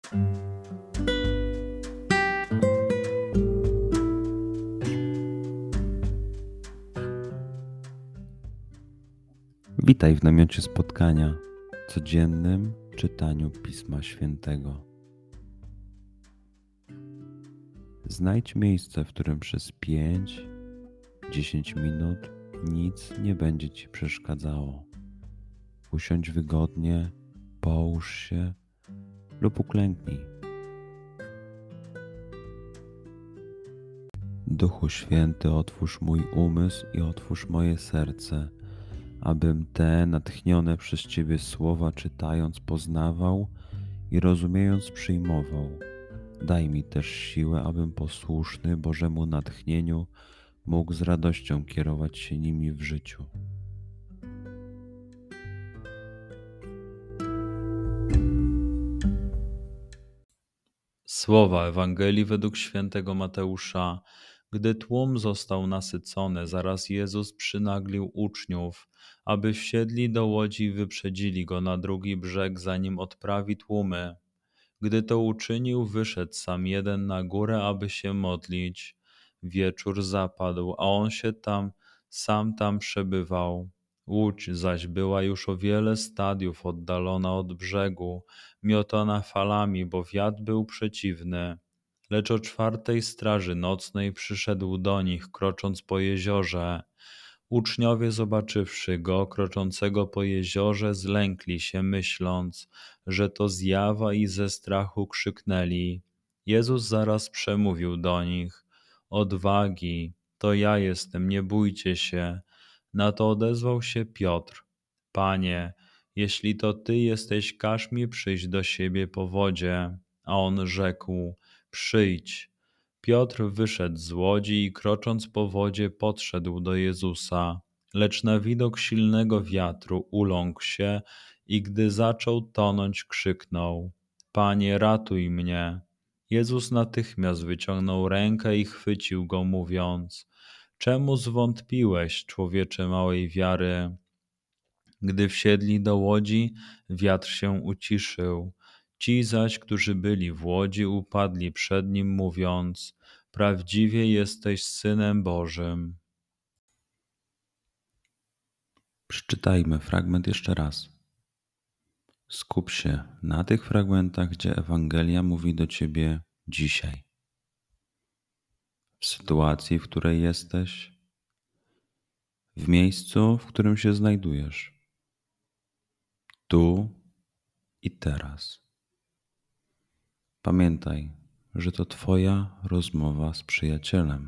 Witaj w namiocie spotkania, codziennym czytaniu Pisma Świętego. Znajdź miejsce, w którym przez 5-10 minut nic nie będzie Ci przeszkadzało. Usiądź wygodnie, połóż się lub uklęknij. Duchu Święty, otwórz mój umysł i otwórz moje serce, abym te natchnione przez Ciebie słowa czytając poznawał i rozumiejąc przyjmował. Daj mi też siłę, abym posłuszny Bożemu natchnieniu mógł z radością kierować się nimi w życiu. Słowa Ewangelii według świętego Mateusza. Gdy tłum został nasycony, zaraz Jezus przynaglił uczniów, aby wsiedli do łodzi i wyprzedzili go na drugi brzeg, zanim odprawi tłumy. Gdy to uczynił, wyszedł sam jeden na górę, aby się modlić. Wieczór zapadł, a on się sam tam przebywał. Łódź zaś była już o wiele stadiów oddalona od brzegu, miotana falami, bo wiatr był przeciwny. Lecz o 4:00 straży nocnej przyszedł do nich, krocząc po jeziorze. Uczniowie, zobaczywszy go, kroczącego po jeziorze, zlękli się, myśląc, że to zjawa, i ze strachu krzyknęli. Jezus zaraz przemówił do nich: odwagi, to ja jestem, nie bójcie się. Na to odezwał się Piotr: Panie, jeśli to Ty jesteś, każ mi przyjść do siebie po wodzie. A on rzekł: przyjdź. Piotr wyszedł z łodzi i krocząc po wodzie podszedł do Jezusa, lecz na widok silnego wiatru uląkł się i gdy zaczął tonąć, krzyknął: Panie, ratuj mnie. Jezus natychmiast wyciągnął rękę i chwycił go, mówiąc: czemu zwątpiłeś, człowiecze małej wiary? Gdy wsiedli do łodzi, wiatr się uciszył. Ci zaś, którzy byli w łodzi, upadli przed nim, mówiąc: prawdziwie jesteś Synem Bożym. Przeczytajmy fragment jeszcze raz. Skup się na tych fragmentach, gdzie Ewangelia mówi do Ciebie dzisiaj. W sytuacji, w której jesteś, w miejscu, w którym się znajdujesz, tu i teraz. Pamiętaj, że to Twoja rozmowa z przyjacielem.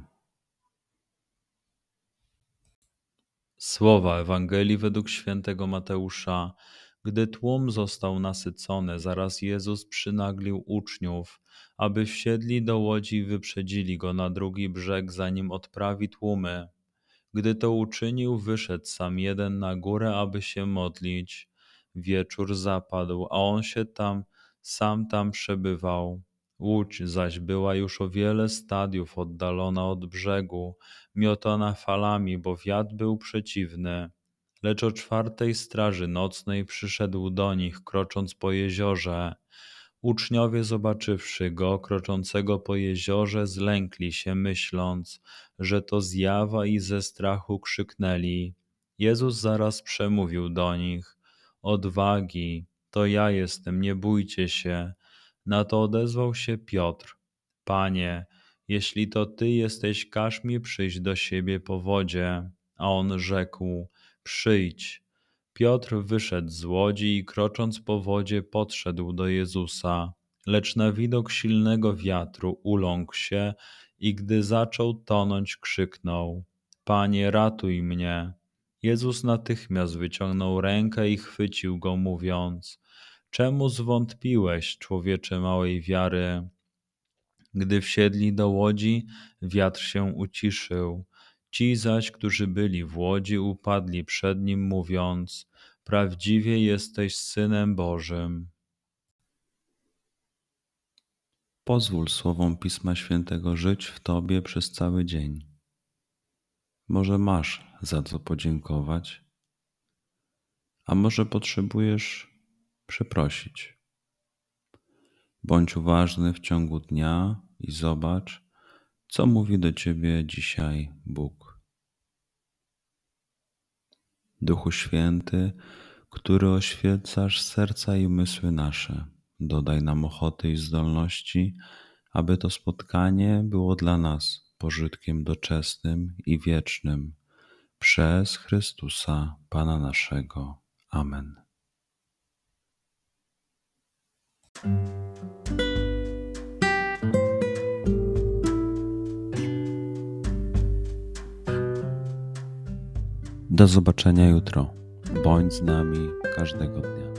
Słowa Ewangelii według świętego Mateusza. Gdy tłum został nasycony, zaraz Jezus przynaglił uczniów, aby wsiedli do łodzi i wyprzedzili go na drugi brzeg, zanim odprawi tłumy. Gdy to uczynił, wyszedł sam jeden na górę, aby się modlić. Wieczór zapadł, a on się sam tam przebywał. Łódź zaś była już o wiele stadiów oddalona od brzegu, miotana falami, bo wiatr był przeciwny. Lecz o 4:00 straży nocnej przyszedł do nich, krocząc po jeziorze. Uczniowie, zobaczywszy go, kroczącego po jeziorze, zlękli się, myśląc, że to zjawa, i ze strachu krzyknęli. Jezus zaraz przemówił do nich: odwagi, to ja jestem, nie bójcie się. Na to odezwał się Piotr: Panie, jeśli to Ty jesteś, każ mi przyjść do siebie po wodzie. A on rzekł: przyjdź. Piotr wyszedł z łodzi i krocząc po wodzie podszedł do Jezusa, lecz na widok silnego wiatru uląkł się i gdy zaczął tonąć, krzyknął: Panie, ratuj mnie. Jezus natychmiast wyciągnął rękę i chwycił go, mówiąc: czemu zwątpiłeś, człowiecze małej wiary? Gdy wsiedli do łodzi, wiatr się uciszył. Ci zaś, którzy byli w łodzi, upadli przed nim, mówiąc: prawdziwie jesteś Synem Bożym. Pozwól słowom Pisma Świętego żyć w Tobie przez cały dzień. Może masz za co podziękować, a może potrzebujesz przeprosić. Bądź uważny w ciągu dnia i zobacz, co mówi do ciebie dzisiaj Bóg. Duchu Święty, który oświecasz serca i umysły nasze, dodaj nam ochoty i zdolności, aby to spotkanie było dla nas pożytkiem doczesnym i wiecznym. Przez Chrystusa, Pana naszego. Amen. Do zobaczenia jutro. Bądź z nami każdego dnia.